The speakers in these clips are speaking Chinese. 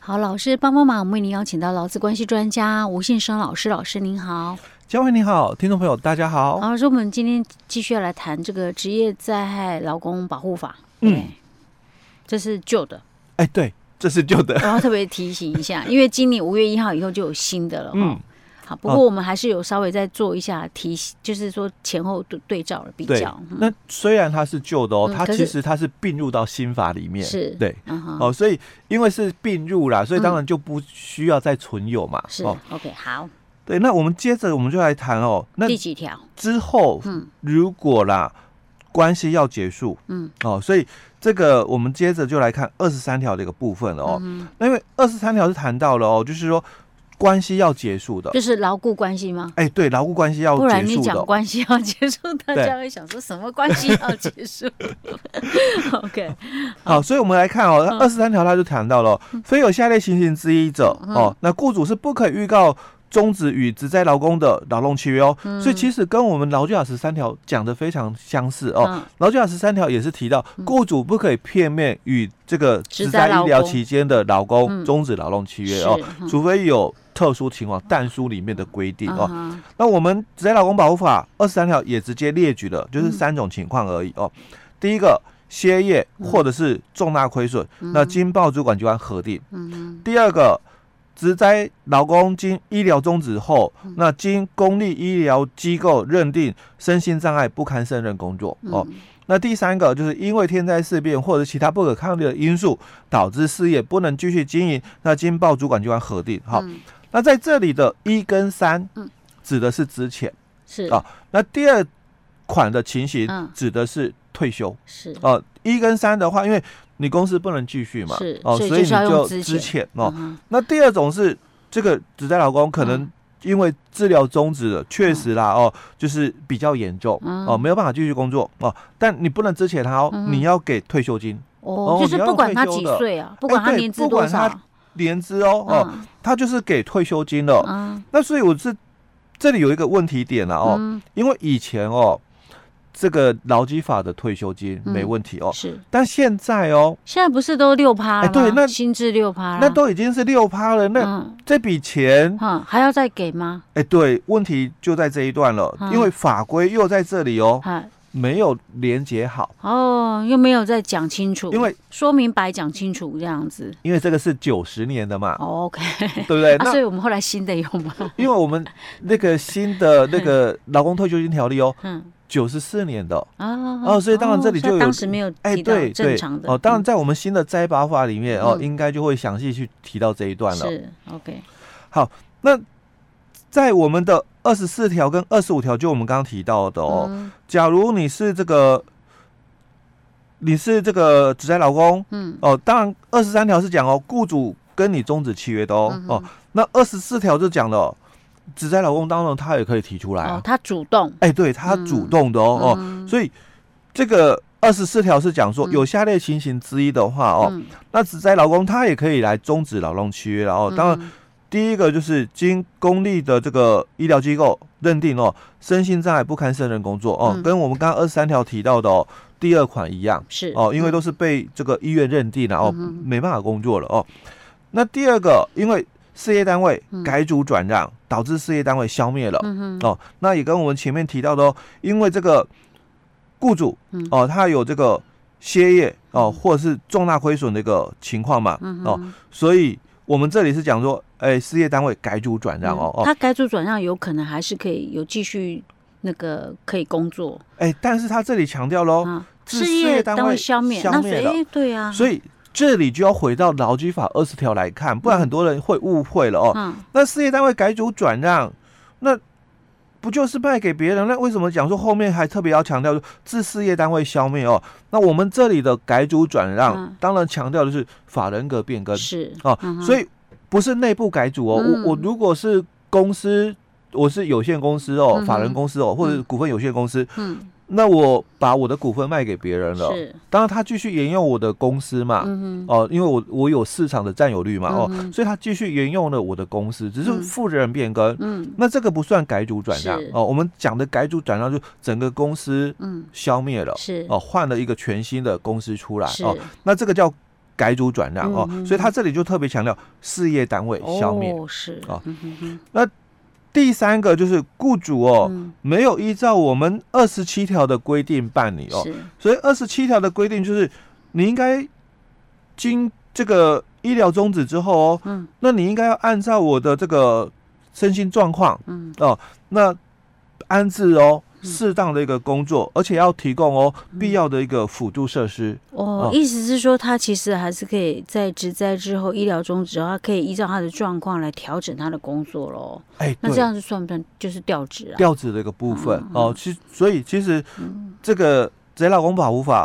好，老师帮帮忙，我们为您邀请到劳资关系专家吴信生老师，老师您好。 嘉惠你好，听众朋友大家好。 好，老师，我们今天继续要来谈这个职业灾害劳工保护法。这是旧的。 对，这是旧的。 我要特别提醒一下，因为今年5月1号以后就有新的了。好，不过我们还是有稍微再做一下就是说前后对照的比较。 那虽然它是旧的它其实它是并入到新法里面。 是， 对，所以因为是并入啦，所以当然就不需要再存有嘛。 是，OK， 好。 对，那我们接着我们就来谈那第几条之后，如果啦关系要结束，所以这个我们接着就来看23条的一个部分了那因为23条是谈到了就是说关系要结束的， 就是劳雇关系吗？ 对，劳雇关系要结束的。 不然你讲关系要结束，大家会想说什么关系要结束？OK， 好，所以我们来看23条，它就谈到了非有下列情形之一者那雇主是不可以预告终止与职灾劳工的劳动契约所以其实跟我们劳基法13条讲的非常相似劳基法13条也是提到，雇主不可以片面与这个职灾医疗期间的劳工终止劳动契约除非有特殊情况，但书里面的规定那我们职灾劳工保护法23条也直接列举了，就是3种情况而已第一个，歇业或者是重大亏损，那经报主管机关核定第二个，职灾劳工经医疗终止后，那经公立医疗机构认定身心障碍不堪胜任工作那第三个就是因为天灾事变或者其他不可抗力的因素导致事业不能继续经营，那经报主管机关核定那在这里的1跟3指的是资遣是那第二款的情形指的是退休是 1跟3的话，因为你公司不能继续嘛所以你就资遣那第二种是这个职灾劳工可能因为治疗终止了，确实啦就是比较严重没有办法继续工作但你不能资遣他你要给退休金就是不管他几岁啊，不管他年资多少， 年资他就是给退休金了那所以我是这里有一个问题点啦因为以前这个劳基法的退休金没问题是， 但现在现在不是都6%了吗？ 对，那薪资6%了， 那都已经是6%了，那这笔钱还要再给吗？ 对，问题就在这一段了，因为法规又在这里没有连结好又没有再讲清楚， 因为说明白讲清楚这样子， 因为这个是90年的嘛 OK， 对不对所以我们后来新的有吗？ 因为我们那个新的那个劳工退休金条例94年的所以当然这里就有当时没有提到正常的当然在我们新的灾保法里面应该就会详细去提到这一段了。 是 OK。 好，那在我们的24条跟25条，就我们刚刚提到的假如你是这个职灾劳工当然23条是讲雇主跟你终止契约的那24条就讲了。职灾劳工当然他也可以提出来他主动对，他主动的所以这个24条是讲说有下列情形之一的话那职灾劳工他也可以来终止劳动契约当然第一个就是经公立的这个医疗机构认定身心障碍不堪胜任工作跟我们刚刚23条提到的第二款一样是因为都是被这个医院认定了没办法工作了那第二个因为事业单位改组转让导致事业单位消灭了那也跟我们前面提到的因为这个雇主他有这个歇业或者是重大亏损的一个情况嘛所以我们这里是讲说事业单位改组转让他改组转让有可能还是可以有继续那个可以工作但是他这里强调咯事业单位消灭了对啊， 所以这里就要回到劳基法20条来看，不然很多人会误会了那事业单位改组转让，那不就是卖给别人？那为什么讲说后面还特别要强调自事业单位消灭那我们这里的改组转让，当然强调的是法人格变更是所以不是内部改组我如果是公司，我是有限公司法人公司或者股份有限公司那我把我的股份卖给别人了，当然他继续沿用我的公司嘛因为我有市场的占有率嘛所以他继续沿用了我的公司，只是负责人变更那这个不算改组转让我们讲的改组转让就整个公司消灭了换了一个全新的公司出来那这个叫改组转让哦，所以他这里就特别强调事业单位消灭是哦。那第三个就是雇主哦，没有依照我们27条的规定办理哦，所以27条的规定就是你应该经这个医疗终止之后哦，那你应该要按照我的这个身心状况，哦，那安置哦。适当的一个工作，而且要提供必要的一个辅助设施。 意思是说，他其实还是可以在职灾之后、医疗终止后，他可以依照他的状况来调整他的工作咯。那这样子算不算就是调职啊？ 调职的一个部分所以其实这个职业劳工保护法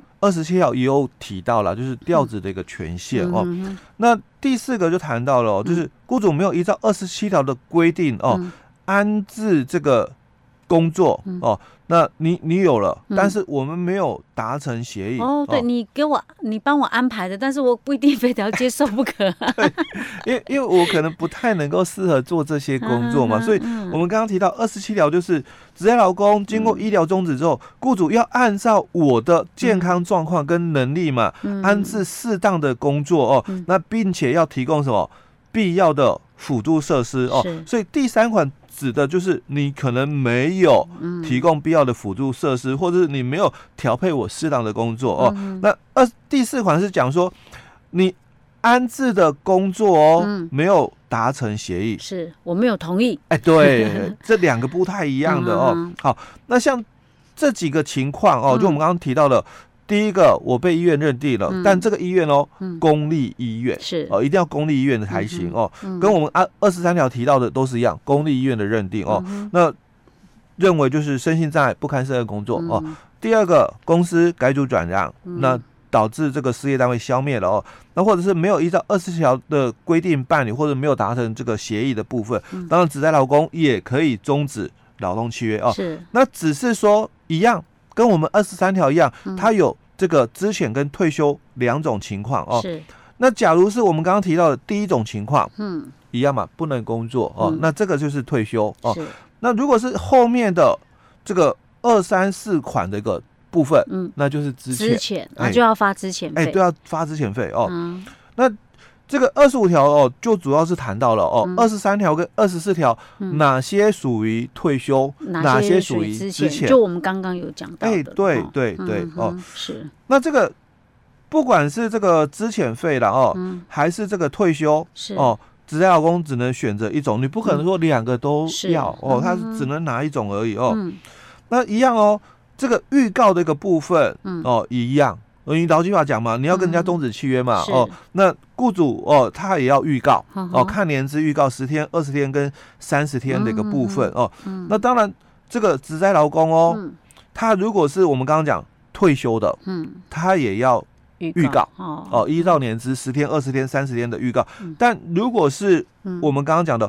27条也有提到了，就是调职的一个权限那第4个就谈到了就是雇主没有依照27条的规定安置这个工作那你有了，但是我们没有达成协议对，你帮我安排的，但是我不一定非得要接受不可对，因为我可能不太能够适合做这些工作嘛，所以我们刚刚提到27条就是职业劳工经过医疗终止之后，雇主要按照我的健康状况跟能力嘛，安置适当的工作那并且要提供什么必要的辅助设施所以第3款指的就是你可能没有提供必要的辅助设施，或者是你没有调配我适当的工作那第4款是讲说你安置的工作没有达成协议， 是我没有同意。 对，这2个不太一样的好，那像这几个情况就我们刚刚提到的。第一个，我被医院认定了，但这个医院公立医院是一定要公立医院的才行跟我们23条提到的都是一样，公立医院的认定那认为就是身心障碍不堪胜任工作第二个，公司改组转让，那导致这个事业单位消灭了那或者是没有依照27条的规定办理，或者没有达成这个协议的部分，当然职灾劳工也可以终止劳动契约是， 那只是说一样。跟我们23条一样，它有这个资遣跟退休2种情况是。 那假如是我们刚刚提到的第一种情况，一样嘛，不能工作那这个就是退休那如果是后面的这个2、3、4款的一个部分，那就是资遣就要发资遣费， 对，要发资遣费那这个25条就主要是谈到了23条跟24条哪些属于退休，哪些属于资遣， 就我们刚刚有讲到的。 对是。那这个不管是这个资遣费啦还是这个退休职业劳工只能选择一种，你不可能说2个都要他只能拿一种而已那一样这个预告的一个部分一样。你劳基法讲嘛，你要跟人家终止契约嘛那雇主他也要预告看年资预告10天、20天跟30天的一个部分那当然这个职灾劳工他如果是我们刚刚讲退休的他也要预告依照年资10天、20天、30天的预告但如果是我们刚刚讲的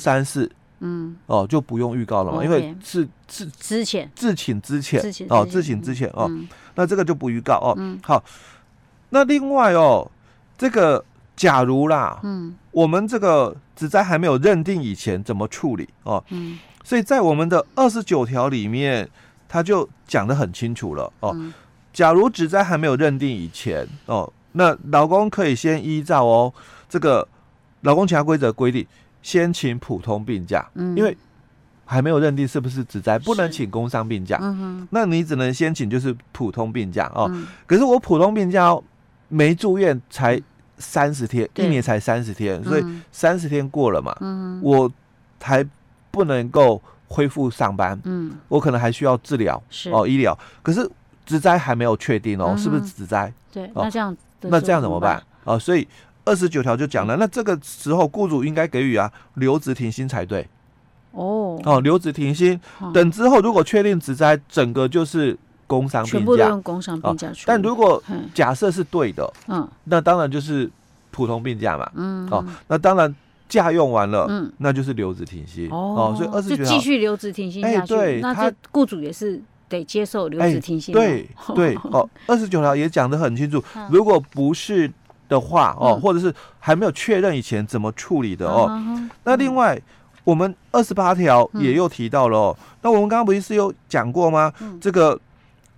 2、3、4就不用预告了嘛因为是自请资遣那这个就不预告好，那另外这个假如啦我们这个职灾还没有认定以前怎么处理所以在我们的29条里面他就讲得很清楚了假如职灾还没有认定以前那劳工可以先依照这个劳工其他规则规定先请普通病假因为还没有认定是不是职灾，不能请工伤病假那你只能先请就是普通病假可是我普通病假没住院才30天，1年才30天所以30天过了嘛我还不能够恢复上班我可能还需要治疗医疗，可是职灾还没有确定是不是职灾对那这样怎么办所以29条就讲了那这个时候雇主应该给予留职停薪才对留职停薪等之后如果确定职灾整个就是工伤病假， 全部都用工伤病假处理但如果假设是对的那当然就是普通病假嘛那当然假用完了那就是留职停薪所以29条就继续留职停薪下去对那这雇主也是得接受留职停薪对29条也讲得很清楚如果不是的话或者是还没有确认以前怎么处理的那另外我们28条也又提到了那我们刚刚不是有讲过吗这个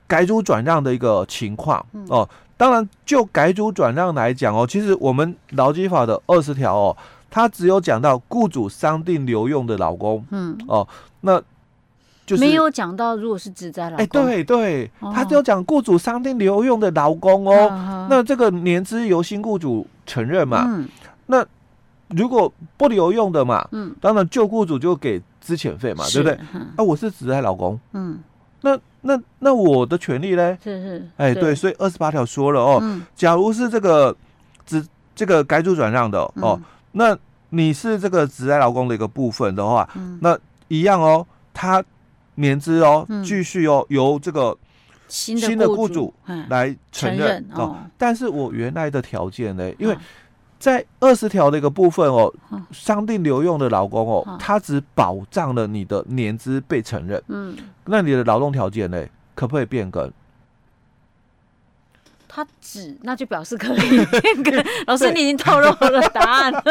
改组转让的一个情况哦。当然，就改组转让来讲哦，其实我们劳基法的20条哦，它只有讲到雇主商定留用的劳工，哦，那就是没有讲到如果是职灾劳工。 对，他只有讲雇主商定留用的劳工哦，那这个年资由新雇主承认嘛，那如果不留用的嘛，当然旧雇主就给资遣费嘛，对不对？我是职灾劳工，那我的权利呢？ 是， 对，所以28条说了哦，假如是这个改组转让的哦，那你是这个职灾劳工的一个部分的话，那一样哦，他年资哦，继续哦由这个新的雇主来承认哦，但是我原来的条件呢，因为在20条的一个部分哦，商定留用的劳工哦，他只保障了你的年资被承认，那你的劳动条件呢，可不可以变更？ 他只那就表示可以变更。老师，你已经透露了答案了。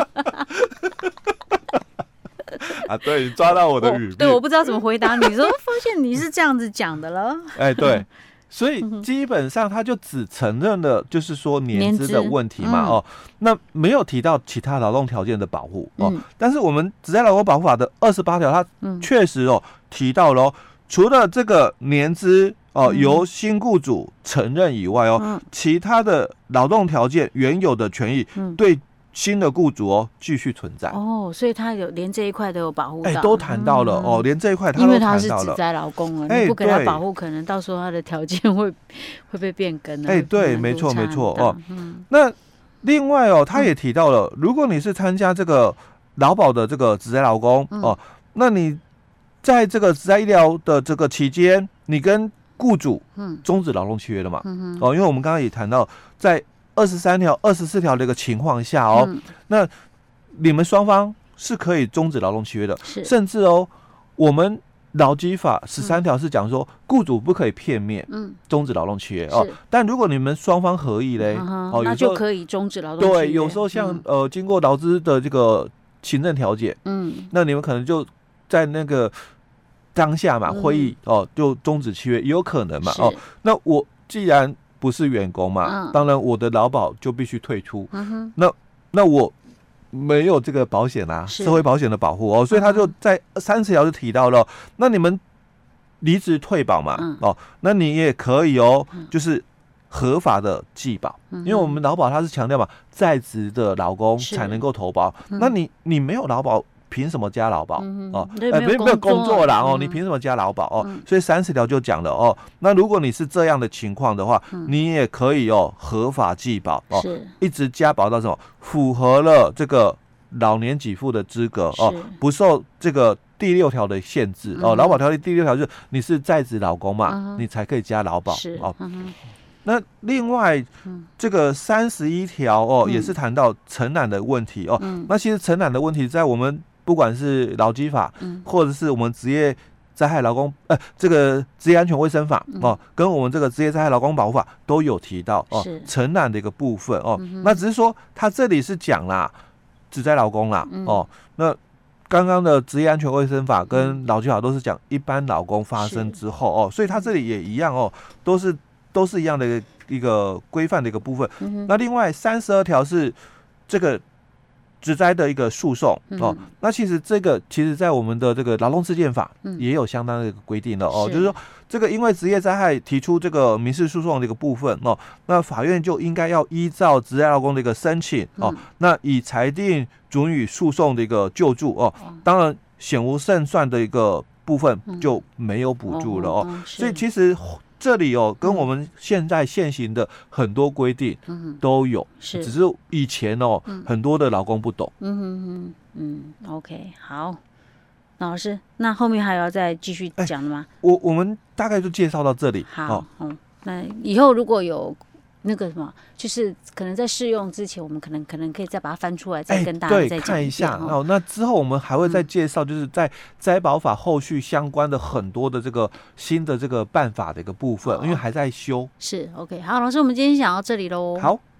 对，你抓到我的语病。 对，我不知道怎么回答你，说发现你是这样子讲的了。 对。所以基本上他就只承认了，就是说年资的问题嘛，那没有提到其他劳动条件的保护哦。但是我们职灾劳工保护法的28条，它确实提到了除了这个年资由新雇主承认以外其他的劳动条件原有的权益对新的雇主继续存在所以他有连这一块都有保护到， 都谈到了连这一块他都谈到了， 因为他是职灾劳工你不给他保护，可能到时候他的条件会被变更对，没错那另外他也提到了，如果你是参加这个劳保的这个职灾劳工那你在这个职灾医疗的这个期间，你跟雇主终止劳动契约了嘛？因为我们刚刚也谈到在23条、24条的一个情况下那你们双方是可以终止劳动契约的，甚至我们劳基法13条是讲说，雇主不可以片面终止劳动契约但如果你们双方合意嘞那就可以终止劳动契约。 对，有时候像经过劳资的这个行政调解那你们可能就在那个当下嘛会议就终止契约也有可能嘛那我既然不是员工嘛当然我的劳保就必须退出那我没有这个保险社会保险的保护所以他就在30条就提到了那你们离职退保嘛那你也可以就是合法的继保因为我们劳保它是强调嘛在职的劳工才能够投保那你没有劳保凭什么加劳保没有工作啦你凭什么加劳保所以30条就讲了那如果你是这样的情况的话你也可以合法继保一直加保到什么符合了这个老年给付的资格不受这个第6条的限制劳保条例第6条就是你是在职劳工嘛你才可以加劳保那另外这个31条也是谈到承揽的问题那其实承揽的问题在我们不管是劳基法或者是我们职业灾害劳工这个职业安全卫生法跟我们这个职业灾害劳工保护法都有提到承揽的一个部分那只是说他这里是讲啦职灾劳工啦那刚刚的职业安全卫生法跟劳基法都是讲一般劳工发生之后所以他这里也一样都是一样的一个规范的一个部分那另外32条是这个职灾的一个诉讼那其实在我们的这个劳动事件法也有相当的一个规定了就是说这个因为职业灾害提出这个民事诉讼的一个部分那法院就应该要依照职灾劳工的一个申请那以裁定准予诉讼的一个救助当然显无胜算的一个部分就没有补助了所以其实这里跟我们现在现行的很多规定都有只是以前很多的劳工不懂 OK 好那老师那后面还要再继续讲的吗我们大概就介绍到这里好那以后如果有那个什么就是可能在试用之前我们可能可以再把它翻出来再跟大家再讲看一下那之后我们还会再介绍就是在灾保法后续相关的很多的这个新的这个办法的一个部分因为还在修是 OK 好老师我们今天讲到这里咯好